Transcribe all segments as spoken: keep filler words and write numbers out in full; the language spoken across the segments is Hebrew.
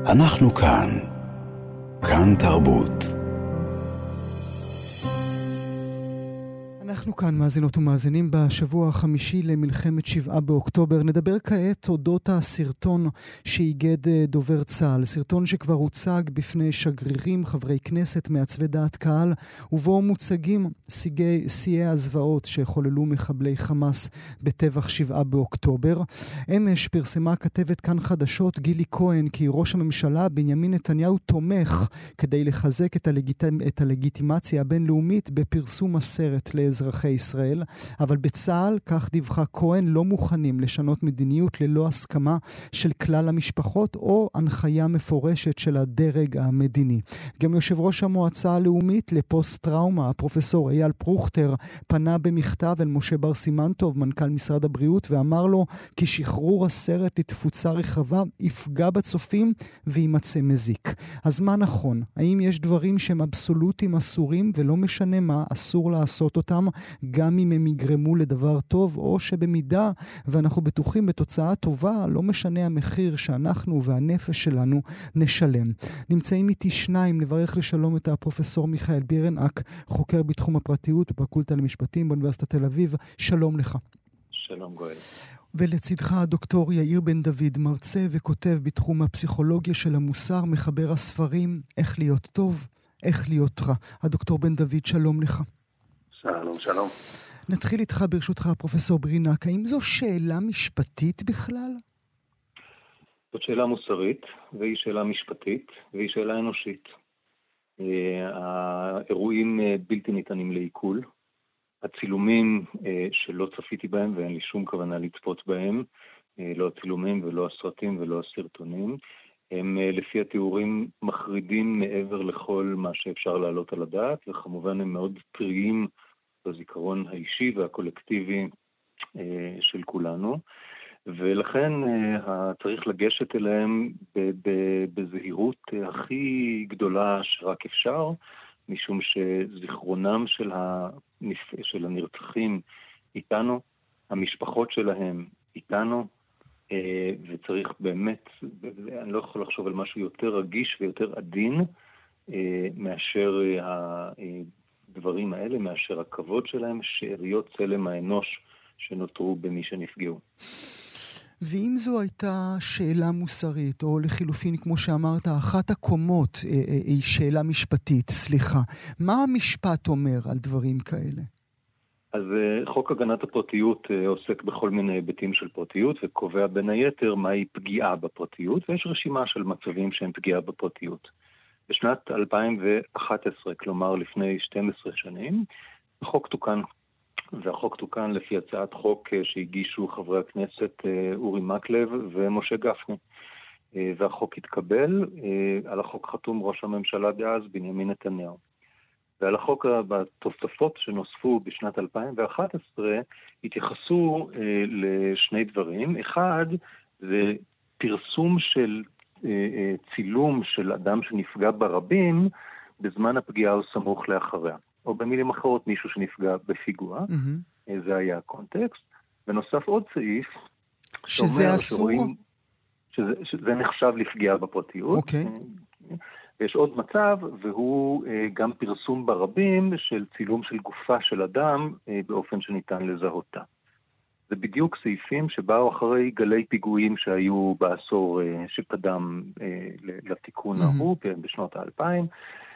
אנחנו כאן. כאן תרבות. אנחנו כאן מאזינות ומאזינים בשבוע החמישי למלחמת שבעה באוקטובר. נדבר כעת אודות הסרטון שהיגד דובר צה"ל, סרטון שכבר הוצג בפני שגרירים, חברי כנסת, מעצבי דעת קהל, ובו מוצגים שיאי, שיאי הזוועות שחוללו מחבלי חמאס בטבח שבעה באוקטובר. אמש פרסמה כתבת כאן חדשות גילי כהן כי ראש הממשלה בנימין נתניהו תומך כדי לחזק את, הלגיט... את הלגיטימציה הבינלאומית בפרסום הסרט לאזרחים אזרחי ישראל, אבל בצה"ל, כך דיווחה כהן, לא מוכנים לשנות מדיניות ללא הסכמה של כלל המשפחות או הנחיה מפורשת של הדרג המדיני. גם יושב ראש המועצה הלאומית לפוסט-טראומה, הפרופסור אייל פרוכטר, פנה במכתב אל משה בר סימן-טוב, מנכ"ל משרד הבריאות, ואמר לו כי שחרור הסרט לתפוצה רחבה יפגע בצופים וימצא מזיק. אז מה נכון? האם יש דברים שהם אבסולוטיים אסורים ולא משנה מה, אסור לעשות אותם, גם אם הם יגרמו לדבר טוב, או שבמידה ואנחנו בטוחים בתוצאה טובה, לא משנה המחיר שאנחנו והנפש שלנו נשלם. נמצאים איתי שניים, לברך לשלום את הפרופסור מיכאל בירנאק, חוקר בתחום הפרטיות בפקולטה למשפטים באוניברסיטת תל אביב. שלום לך. שלום גואל. ולצידך הדוקטור יאיר בן דוד, מרצה וכותב בתחום הפסיכולוגיה של המוסר, מחבר הספרים איך להיות טוב, איך להיות רע. הדוקטור בן דוד, שלום לך. שלום, שלום. נתחיל איתך ברשותך, פרופסור בירנאק. האם זו שאלה משפטית בכלל? זאת שאלה מוסרית, והיא שאלה משפטית, והיא שאלה אנושית. האירועים בלתי ניתנים לעיכול. הצילומים שלא צפיתי בהם, ואין לי שום כוונה לצפות בהם, לא הצילומים ולא הסרטים ולא הסרטונים, הם לפי התיאורים מחרידים מעבר לכל מה שאפשר להעלות על הדעת, וכמובן הם מאוד טריים בזיכרון האישי והקולקטיבי של כולנו, ולכן צריך לגשת אליהם בזהירות הכי גדולה שרק אפשר, משום שזיכרונם של, הנפ... של הנרצחים איתנו, המשפחות שלהם איתנו, וצריך באמת, אני לא יכול לחשוב על משהו יותר רגיש ויותר עדין מאשר הדברים האלה, מאשר הכבוד שלהם, שאריות צלם האנוש שנותרו במי שנפגעו. ואם זו הייתה שאלה מוסרית, או לחילופין, כמו שאמרת, אחת הקומות היא שאלה משפטית, סליחה, מה המשפט אומר על דברים כאלה? אז חוק הגנת הפרטיות עוסק בכל מיני היבטים של פרטיות, וקובע בין היתר מהי פגיעה בפרטיות, ויש רשימה של מצבים שהם פגיעה בפרטיות. בשנת אלפיים ואחת עשרה, כלומר לפני שתים עשרה שנים, החוק תוקן, והחוק תוקן לפי הצעת חוק שהגישו חברי הכנסת אורי מקלב ומשה גפני. והחוק התקבל, על החוק חתום ראש הממשלה דאז בנימין נתניהו. ועל החוק בתוספות שנוספו בשנת אלפיים ואחת עשרה התייחסו אה, לשני דברים. אחד, זה פרסום של אה, אה, צילום של אדם שנפגע ברבים בזמן הפגיעה או סמוך לאחריה. או במילים אחרות, מישהו שנפגע בפיגוע. Mm-hmm. אה, זה היה הקונטקסט. ונוסף עוד סעיף, שזה אסור? שרואים, שזה, שזה נחשב לפגיעה בפרטיות. אוקיי. Okay. ויש עוד מצב, והוא גם פרסום ברבים של צילום של גופה של אדם באופן שניתן לזהותה. זה בדיוק סעיפים שבאו אחרי גלי פיגועים שהיו בעשור שקדם לתיקון ההוא בשנות האלפיים,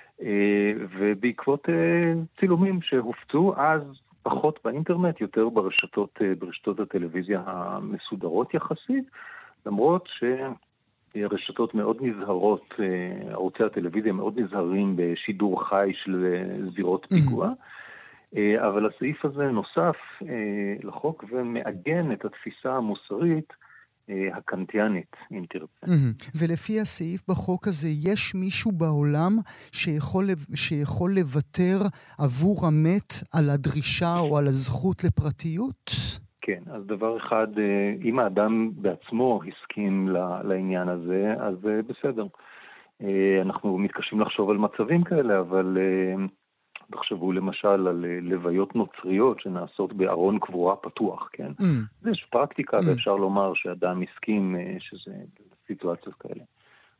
ובעקבות צילומים שהופצו אז פחות באינטרנט, יותר ברשתות, ברשתות הטלוויזיה המסודרות יחסית, למרות ש... הרשתות מאוד נזהרות, ערוצי הטלוויזיה מאוד נזהרים בשידור חי של זירות פיגוע, אבל הסעיף הזה נוסף לחוק ומעגן את התפיסה המוסרית הקנטיאנית, אם תרצה. ולפי הסעיף בחוק הזה, יש מישהו בעולם שיכול, שיכול לוותר עבור המת על הדרישה או על הזכות לפרטיות? כן, אז דבר אחד, אם האדם בעצמו הסכים לעניין הזה, אז בסדר. אנחנו מתקשים לחשוב על מצבים כאלה, אבל תחשבו למשל על לוויות נוצריות שנעשות בארון קבורה פתוח, כן? Mm. יש פרקטיקה, mm. ואפשר לומר שאדם הסכים שזה סיטואציות כאלה.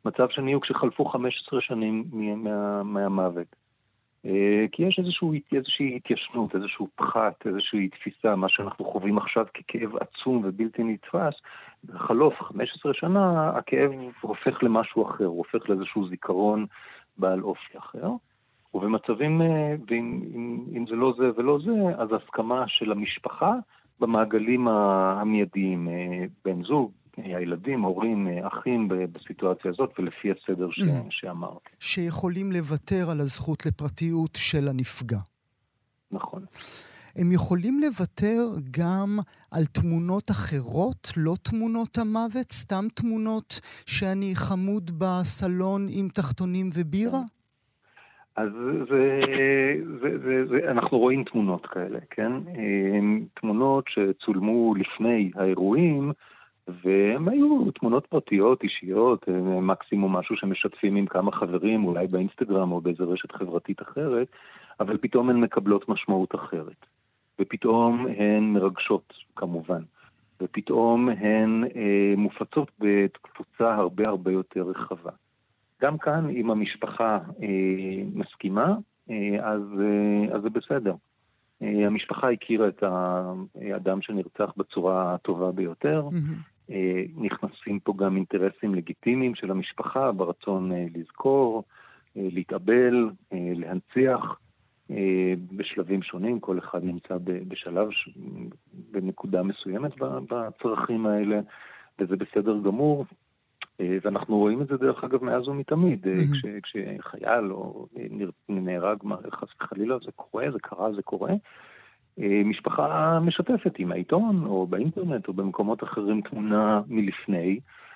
מצב שני הוא כשחלפו חמש עשרה שנים מה, מהמוות. כי יש איזשהו, איזושהי התיישנות, איזשהו פחת, איזושהי תפיסה, מה שאנחנו חווים עכשיו ככאב עצום ובלתי נתפס, בחלוף חמש עשרה שנה הכאב הופך למשהו אחר, הוא הופך לאיזשהו זיכרון בעל אופי אחר. ובמצבים, ואם, אם, אם זה לא זה ולא זה, אז הסכמה של המשפחה במעגלים המיידיים, בן זוג, הילדים, הורים, אחים בסיטואציה הזאת, ולפי הסדר ש... שאמרת. שיכולים לוותר על הזכות לפרטיות של הנפגע. נכון. הם יכולים לוותר גם על תמונות אחרות, לא תמונות המוות, סתם תמונות שאני חמוד בסלון עם תחתונים ובירה? אז זה, זה, זה, זה, אנחנו רואים תמונות כאלה, כן? תמונות שצולמו לפני האירועים, והם היו תמונות פרטיות, אישיות, מקסימום משהו שמשתפים עם כמה חברים, אולי באינסטגרם או באיזו רשת חברתית אחרת, אבל פתאום הן מקבלות משמעות אחרת. ופתאום הן מרגשות, כמובן. ופתאום הן אה, מופצות בתקפוצה הרבה הרבה יותר רחבה. גם כאן, אם המשפחה אה, מסכימה, אה, אז, אה, אז זה בסדר. אה, המשפחה הכירה את האדם שנרצח בצורה הטובה ביותר, mm-hmm. אה, נכנסים פה גם אינטרסים לגיטימיים של המשפחה, ברצון אה, לזכור, אה, להתאבל, אה, להנציח, אה, בשלבים שונים, כל אחד נמצא בשלב, בנקודה מסוימת בצרכים האלה, וזה בסדר גמור. ואנחנו רואים את זה דרך אגב מאז ומתמיד, mm-hmm. כש, כשחייל או נהרג, חס וחלילה, זה קורה, זה קרה, זה קורה. משפחה משתפת עם העיתון או באינטרנט או במקומות אחרים תמונה מלפני,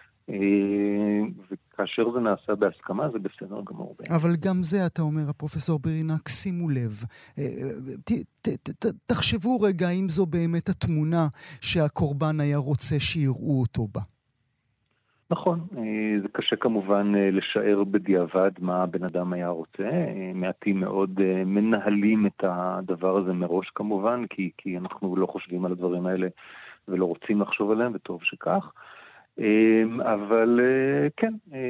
וכאשר זה נעשה בהסכמה זה בסדר גמור. אבל גם זה אתה אומר, הפרופסור בירינק, שימו לב, ת, ת, ת, תחשבו רגע אם זו באמת התמונה שהקורבן היה רוצה שיראו אותו בה. נכון, זה קשה כמובן לשער בדיעבד מה הבן אדם היה רוצה, מעטים מאוד מנהלים את הדבר הזה מראש כמובן, כי, כי אנחנו לא חושבים על הדברים האלה ולא רוצים לחשוב עליהם, וטוב שכך, אבל כן,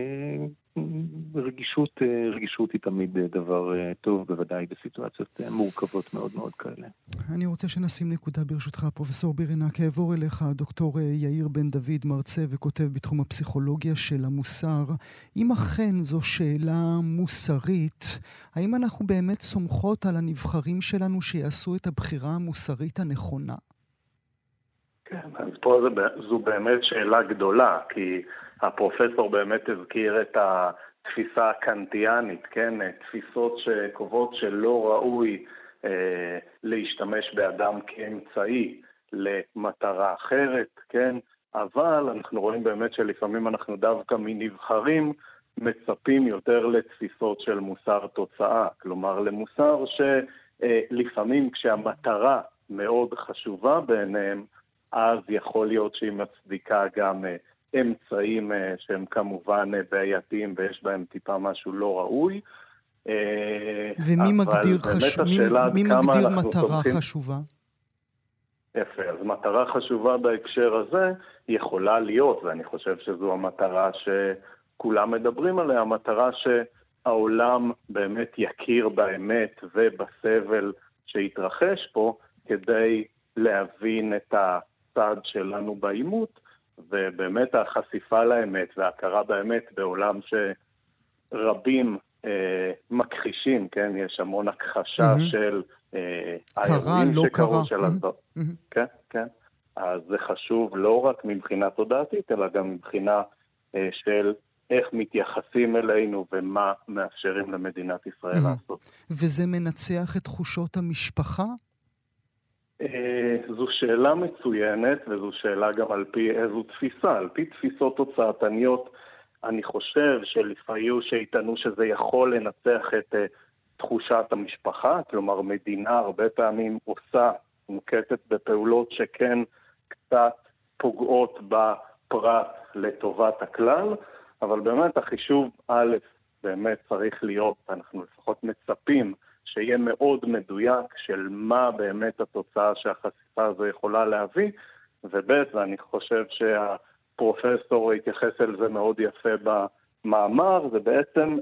רגישות, רגישות היא תמיד דבר טוב, בוודאי בסיטואציות מורכבות מאוד מאוד כאלה. אני רוצה שנשים נקודה ברשותך, פרופסור בירינק, אעבור אליך, דוקטור יאיר בן דוד, מרצה וכותב בתחום הפסיכולוגיה של המוסר. אם אכן זו שאלה מוסרית, האם אנחנו באמת סומכות על הנבחרים שלנו שיעשו את הבחירה המוסרית הנכונה? כן, אז פה זו באמת שאלה גדולה, כי הפרופסור באמת הזכיר את התפיסה הקנטיאנית, כן? תפיסות שקובעות שלא ראוי אה, להשתמש באדם כאמצעי למטרה אחרת, כן? אבל אנחנו רואים באמת שלפעמים אנחנו דווקא מנבחרים מצפים יותר לתפיסות של מוסר תוצאה, כלומר למוסר שלפעמים כשהמטרה מאוד חשובה בעיניהם, אז יכול להיות שהיא מצדיקה גם אמצעים שהם כמובן בעייתיים ויש בהם טיפה משהו לא ראוי. ומי מגדיר, חש... מי, מי מגדיר מטרה סומכים... חשובה? יפה, אז מטרה חשובה בהקשר הזה יכולה להיות, ואני חושב שזו המטרה שכולם מדברים עליה, המטרה שהעולם באמת יכיר באמת ובסבל שהתרחש פה, כדי להבין את ה... צד שלנו באימות, ובאמת החשיפה לאמת וההכרה באמת בעולם שרבים אה, מכחישים, כן? יש המון הכחשה mm-hmm. של אה, האירועים לא שקרו קרה. של הזאת. Mm-hmm. כן, כן. אז זה חשוב לא רק מבחינה תודעתית, אלא גם מבחינה אה, של איך מתייחסים אלינו ומה מאפשרים למדינת ישראל mm-hmm. לעשות. וזה מנצח את תחושות המשפחה? זו שאלה מצוינת, וזו שאלה גם על פי איזו תפיסה. על פי תפיסות תוצאתניות, אני חושב שלפעמים שיתנו שזה יכול לנצח את תחושת המשפחה, כלומר מדינה הרבה פעמים עושה, נוקטת בפעולות שכן קצת פוגעות בפרט לטובת הכלל, אבל באמת החישוב א' באמת צריך להיות, אנחנו לפחות מצפים, שיהיה מאוד מדויק של מה באמת התוצאה שהחשיפה הזו יכולה להביא, וב' ואני חושב שהפרופסור התייחס אל זה מאוד יפה המאמר זה בעצם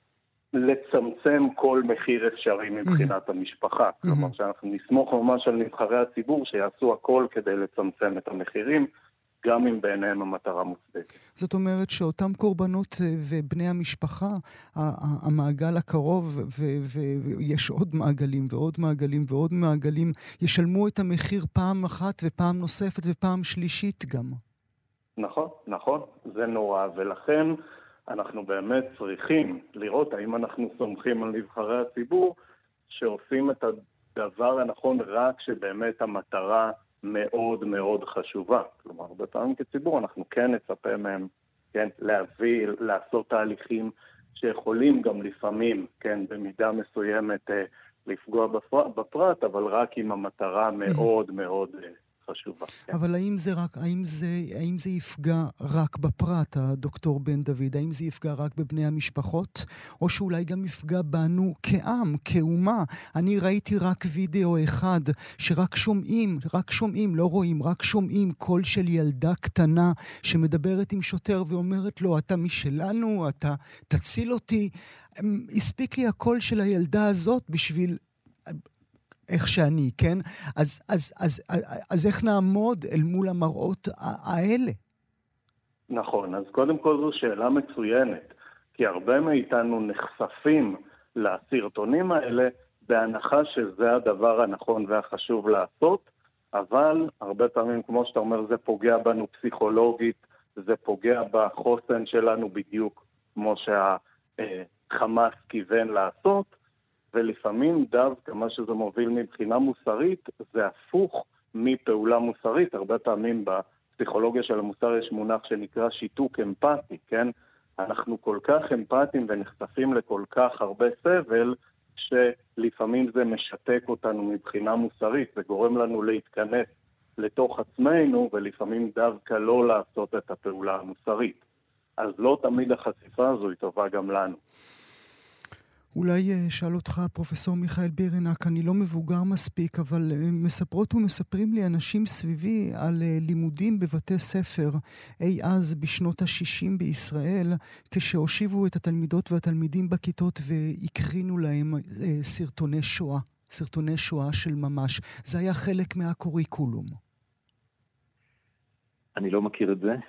לצמצם כל מחיר אפשרי מבחינת המשפחה. כלומר, שאנחנו נסמוך ממש על נבחרי הציבור שיעשו הכל כדי לצמצם את המחירים, גם אם בעיניהם המטרה מוצדקת. זאת אומרת שאותם קורבנות ובני המשפחה, המעגל הקרוב, ויש עוד מעגלים ועוד מעגלים ועוד מעגלים, ישלמו את המחיר פעם אחת ופעם נוספת ופעם שלישית גם. נכון, נכון, זה נורא, ולכן אנחנו באמת צריכים לראות האם אנחנו סומכים על נבחרי הציבור שעושים את הדבר הנכון רק שבאמת המטרה מאוד מאוד חשובה. כלומר, הרבה פעמים כציבור אנחנו כן נצפה מהם, כן, להביא, לעשות תהליכים שיכולים גם לפעמים, כן, במידה מסוימת לפגוע בפרט, אבל רק עם המטרה מאוד מאוד חשובה. אבל האם זה רק, האם זה, האם זה יפגע רק בפרט, הדוקטור בן דוד? האם זה יפגע רק בבני המשפחות? או שאולי גם יפגע בנו כעם, כאומה? אני ראיתי רק וידאו אחד שרק שומעים, רק שומעים, לא רואים, רק שומעים קול של ילדה קטנה שמדברת עם שוטר ואומרת לו, אתה משלנו, אתה תציל אותי. הספיק לי הקול של הילדה הזאת בשביל איך שאני, כן? אז, אז, אז, אז, אז איך נעמוד אל מול המראות האלה? נכון, אז קודם כל זו שאלה מצוינת, כי הרבה מאיתנו נחשפים לסרטונים האלה בהנחה שזה הדבר הנכון והחשוב לעשות, אבל הרבה פעמים, כמו שאתה אומר, זה פוגע בנו פסיכולוגית, זה פוגע בחוסן שלנו בדיוק כמו שהחמאס כיוון לעשות, ולפעמים דווקא מה שזה מוביל מבחינה מוסרית, זה הפוך מפעולה מוסרית. הרבה פעמים בפסיכולוגיה של המוסר יש מונח שנקרא שיתוק אמפתי, כן? אנחנו כל כך אמפתיים ונחשפים לכל כך הרבה סבל, שלפעמים זה משתק אותנו מבחינה מוסרית, זה גורם לנו להתכנס לתוך עצמנו, ולפעמים דווקא לא לעשות את הפעולה המוסרית. אז לא תמיד החשיפה הזו היא טובה גם לנו. אולי שאל אותך פרופסור מיכאל בירנק, אני לא מבוגר מספיק, אבל מספרות ומספרים לי אנשים סביבי על לימודים בבתי ספר אי אז בשנות ה-שישים בישראל, כשהושיבו את התלמידות והתלמידים בכיתות והקרינו להם סרטוני שואה, סרטוני שואה של ממש. זה היה חלק מהקוריקולום. אני לא מכיר את זה.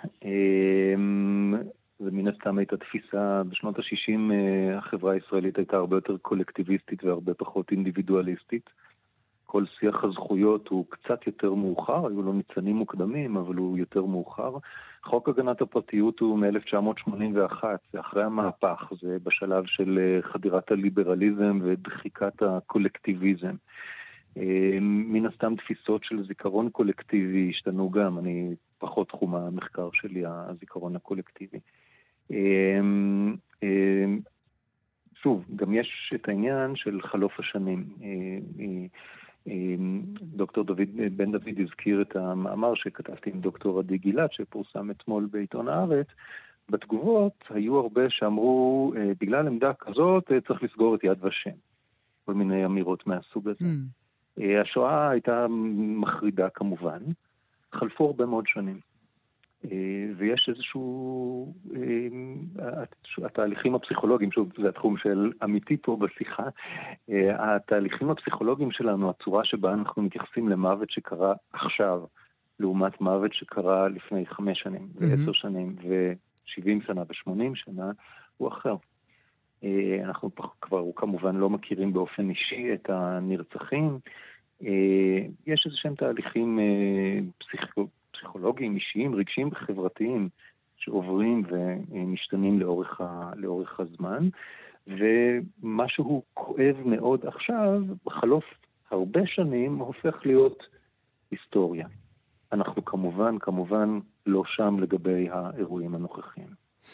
זה מן הסתם הייתה תפיסה, בשנות ה-שישים החברה הישראלית הייתה הרבה יותר קולקטיביסטית והרבה פחות אינדיבידואליסטית. כל שיח הזכויות הוא קצת יותר מאוחר, היו לו ניצנים מוקדמים, אבל הוא יותר מאוחר. חוק הגנת הפרטיות הוא מ-אלף תשע מאות שמונים ואחת, זה אחרי המהפך, זה בשלב של חדירת הליברליזם ודחיקת הקולקטיביזם. מן הסתם תפיסות של זיכרון קולקטיבי השתנו גם, אני פחות תחום המחקר שלי, הזיכרון הקולקטיבי. שוב, גם יש את העניין של חלוף השנים. דוקטור דוד, בן דוד הזכיר את המאמר שכתבתי עם דוקטור עדי גילת, שפורסם אתמול בעיתון הארץ. בתגובות היו הרבה שאמרו, בגלל עמדה כזאת צריך לסגור את יד ושם. כל מיני אמירות מהסוג הזה. Mm. השואה הייתה מחרידה כמובן, חלפו הרבה מאוד שנים. ויש איזשהו, התהליכים הפסיכולוגיים, שוב, זה התחום של אמיתי פה בשיחה, התהליכים הפסיכולוגיים שלנו, הצורה שבה אנחנו מתייחסים למוות שקרה עכשיו, לעומת מוות שקרה לפני חמש שנים, ועשר שנים, ושבעים שנה ושמונים שנה, הוא אחר. אנחנו כבר כמובן לא מכירים באופן אישי את הנרצחים. יש איזה שהם תהליכים פסיכולוגיים, פסיכולוגיים, אישיים, רגשיים וחברתיים שעוברים ומשתנים לאורך, ה, לאורך הזמן, ומשהו כואב מאוד עכשיו, בחלוף הרבה שנים, הופך להיות היסטוריה. אנחנו כמובן, כמובן לא שם לגבי האירועים הנוכחיים.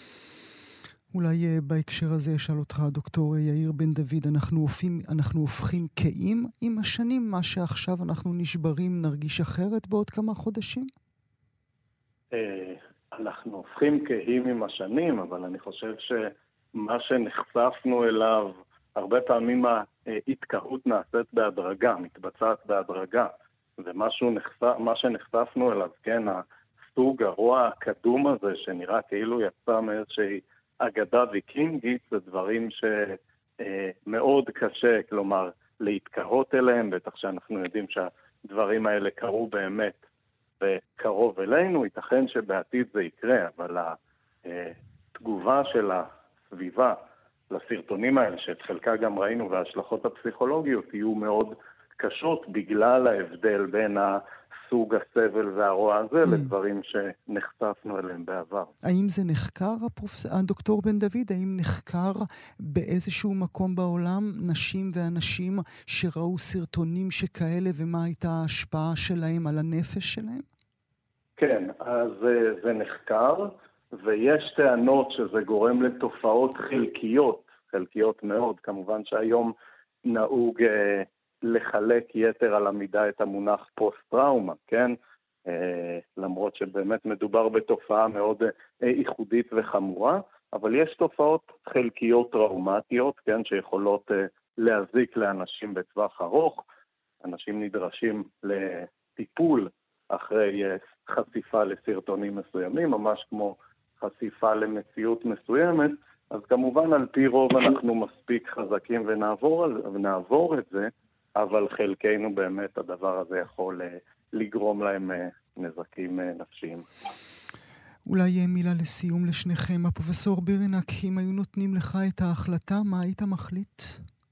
אולי בהקשר הזה אשאל אותך, דוקטור יאיר בן דוד, אנחנו הופכים, אנחנו הופכים קיים עם השנים, מה שעכשיו אנחנו נשברים נרגיש אחרת בעוד כמה חודשים? אנחנו הופכים קהים עם השנים, אבל אני חושב שמה שנחשפנו אליו, הרבה פעמים ההתקהות נעשית בהדרגה, מתבצעת בהדרגה, ומה שנחשף, מה שנחשפנו אליו, כן, הסוג הרוע הקדום הזה, שנראה כאילו יצא מאיזושהי אגדה ויקינגית, זה דברים שמאוד קשה, כלומר, להתקרות אליהם, בטח שאנחנו יודעים שהדברים האלה קרו באמת וקרוב אלינו, ייתכן שבעתיד זה יקרה, אבל התגובה של הסביבה לסרטונים האלה, שאת חלקה גם ראינו, וההשלכות הפסיכולוגיות יהיו מאוד קשות בגלל ההבדל בין הסוג הסבל והרוע הזה mm. לדברים שנחשפנו אליהם בעבר. האם זה נחקר, הפרופס... הדוקטור בן דוד? האם נחקר באיזשהו מקום בעולם נשים ואנשים שראו סרטונים שכאלה, ומה הייתה ההשפעה שלהם על הנפש שלהם? כן, אז זה נחקר, ויש טענות שזה גורם לתופעות חלקיות, חלקיות מאוד. כמובן שהיום נהוג אה, לחלק יתר על המידה את המונח פוסט-טראומה, כן? אה, למרות שבאמת מדובר בתופעה מאוד אה, ייחודית וחמורה, אבל יש תופעות חלקיות טראומטיות, כן? שיכולות אה, להזיק לאנשים בטווח ארוך. אנשים נדרשים לטיפול אחרי אה, חשיפה לסרטונים מסוימים, ממש כמו חשיפה למציאות מסוימת, אז כמובן על פי רוב אנחנו מספיק חזקים ונעבור, ונעבור את זה, אבל חלקנו באמת הדבר הזה יכול לגרום להם נזקים נפשיים. אולי מילה לסיום לשניכם. הפרופסור בירנק, אם היו נותנים לך את ההחלטה, מה היית מחליט?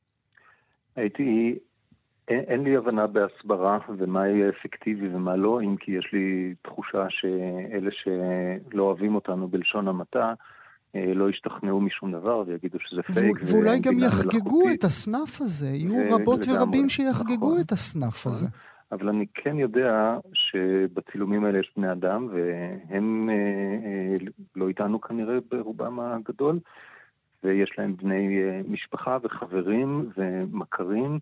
הייתי... אין, אין לי הבנה בהסברה ומה יהיה אפקטיבי ומה לא, אם כי יש לי תחושה שאלה שלא אוהבים אותנו בלשון המעטה, לא ישתכנעו משום דבר ויגידו שזה פייק. ואולי גם יחגגו את הסנף הזה, יהיו רבות ורבים שיחגגו את הסנף הזה. אבל אני כן יודע שבצילומים האלה יש בני אדם, והם לא איתנו כנראה ברובם הגדול, ויש להם בני משפחה וחברים ומכרים,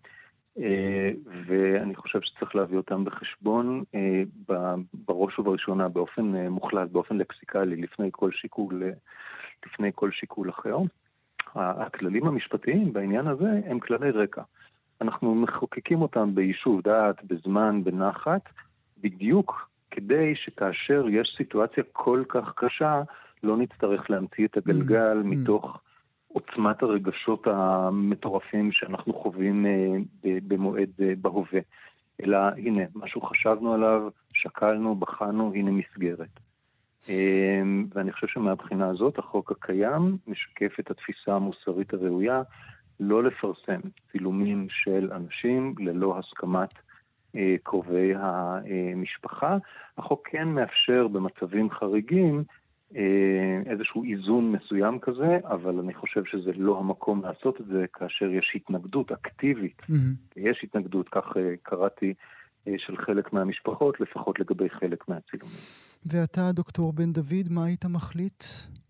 ואני חושב שצריך להביא אותם בחשבון בראש ובראשונה באופן מוחלט, באופן לקסיקלי, לפני כל שיקול, לפני כל שיקול אחר. הכללים המשפטיים בעניין הזה הם כללי רקע. אנחנו מחוקקים אותם ביישוב דעת, בזמן, בנחת, בדיוק כדי שכאשר יש סיטואציה כל כך קשה, לא נצטרך להמציא את הגלגל mm. מתוך עוצמת הרגשות המטורפים שאנחנו חווים במועד בהווה. אלא הנה, משהו חשבנו עליו, שקלנו, בחנו, הנה מסגרת. ואני חושב שמהבחינה הזאת, החוק הקיים משקף את התפיסה המוסרית הראויה, לא לפרסם צילומים של אנשים ללא הסכמת קרובי המשפחה. החוק כן מאפשר במצבים חריגים איזשהו איזון מסוים כזה, אבל אני חושב שזה לא המקום לעשות את זה כאשר יש התנגדות אקטיבית. Mm-hmm. יש התנגדות, כך קראתי, של חלק מהמשפחות, לפחות לגבי חלק מהצילומים. ואתה, דוקטור בן דוד, מה היית מחליט?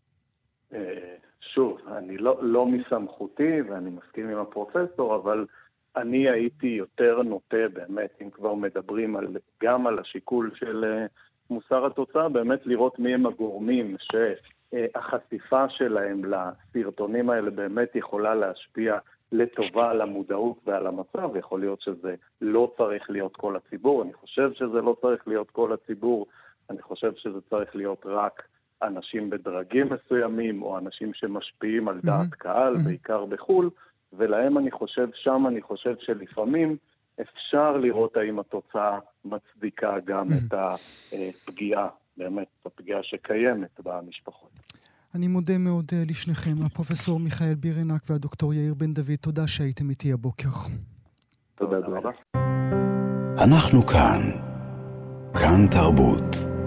שוב, אני לא, לא מסמכותי, ואני מסכים עם הפרופסור, אבל אני הייתי יותר נוטה באמת, אם כבר מדברים על, גם על השיקול של מוסר התוצאה, באמת לראות מי הם הגורמים שהחשיפה שלהם לסרטונים האלה באמת יכולה להשפיע לטובה על המודעות ועל המצב. יכול להיות שזה לא צריך להיות כל הציבור, אני חושב שזה לא צריך להיות כל הציבור, אני חושב שזה צריך להיות רק אנשים בדרגים מסוימים, או אנשים שמשפיעים על דעת קהל, בעיקר בחול, ולהם אני חושב, שם אני חושב שלפעמים אפשר לראות האם התוצאה מצדיקה גם את הפגיעה, באמת, הפגיעה שקיימת במשפחות. אני מודה מאוד לשניכם, הפרופסור מיכאל בירנק והדוקטור יאיר בן דוד, תודה שהייתם איתי הבוקר. תודה רבה. אנחנו כאן, כאן תרבות.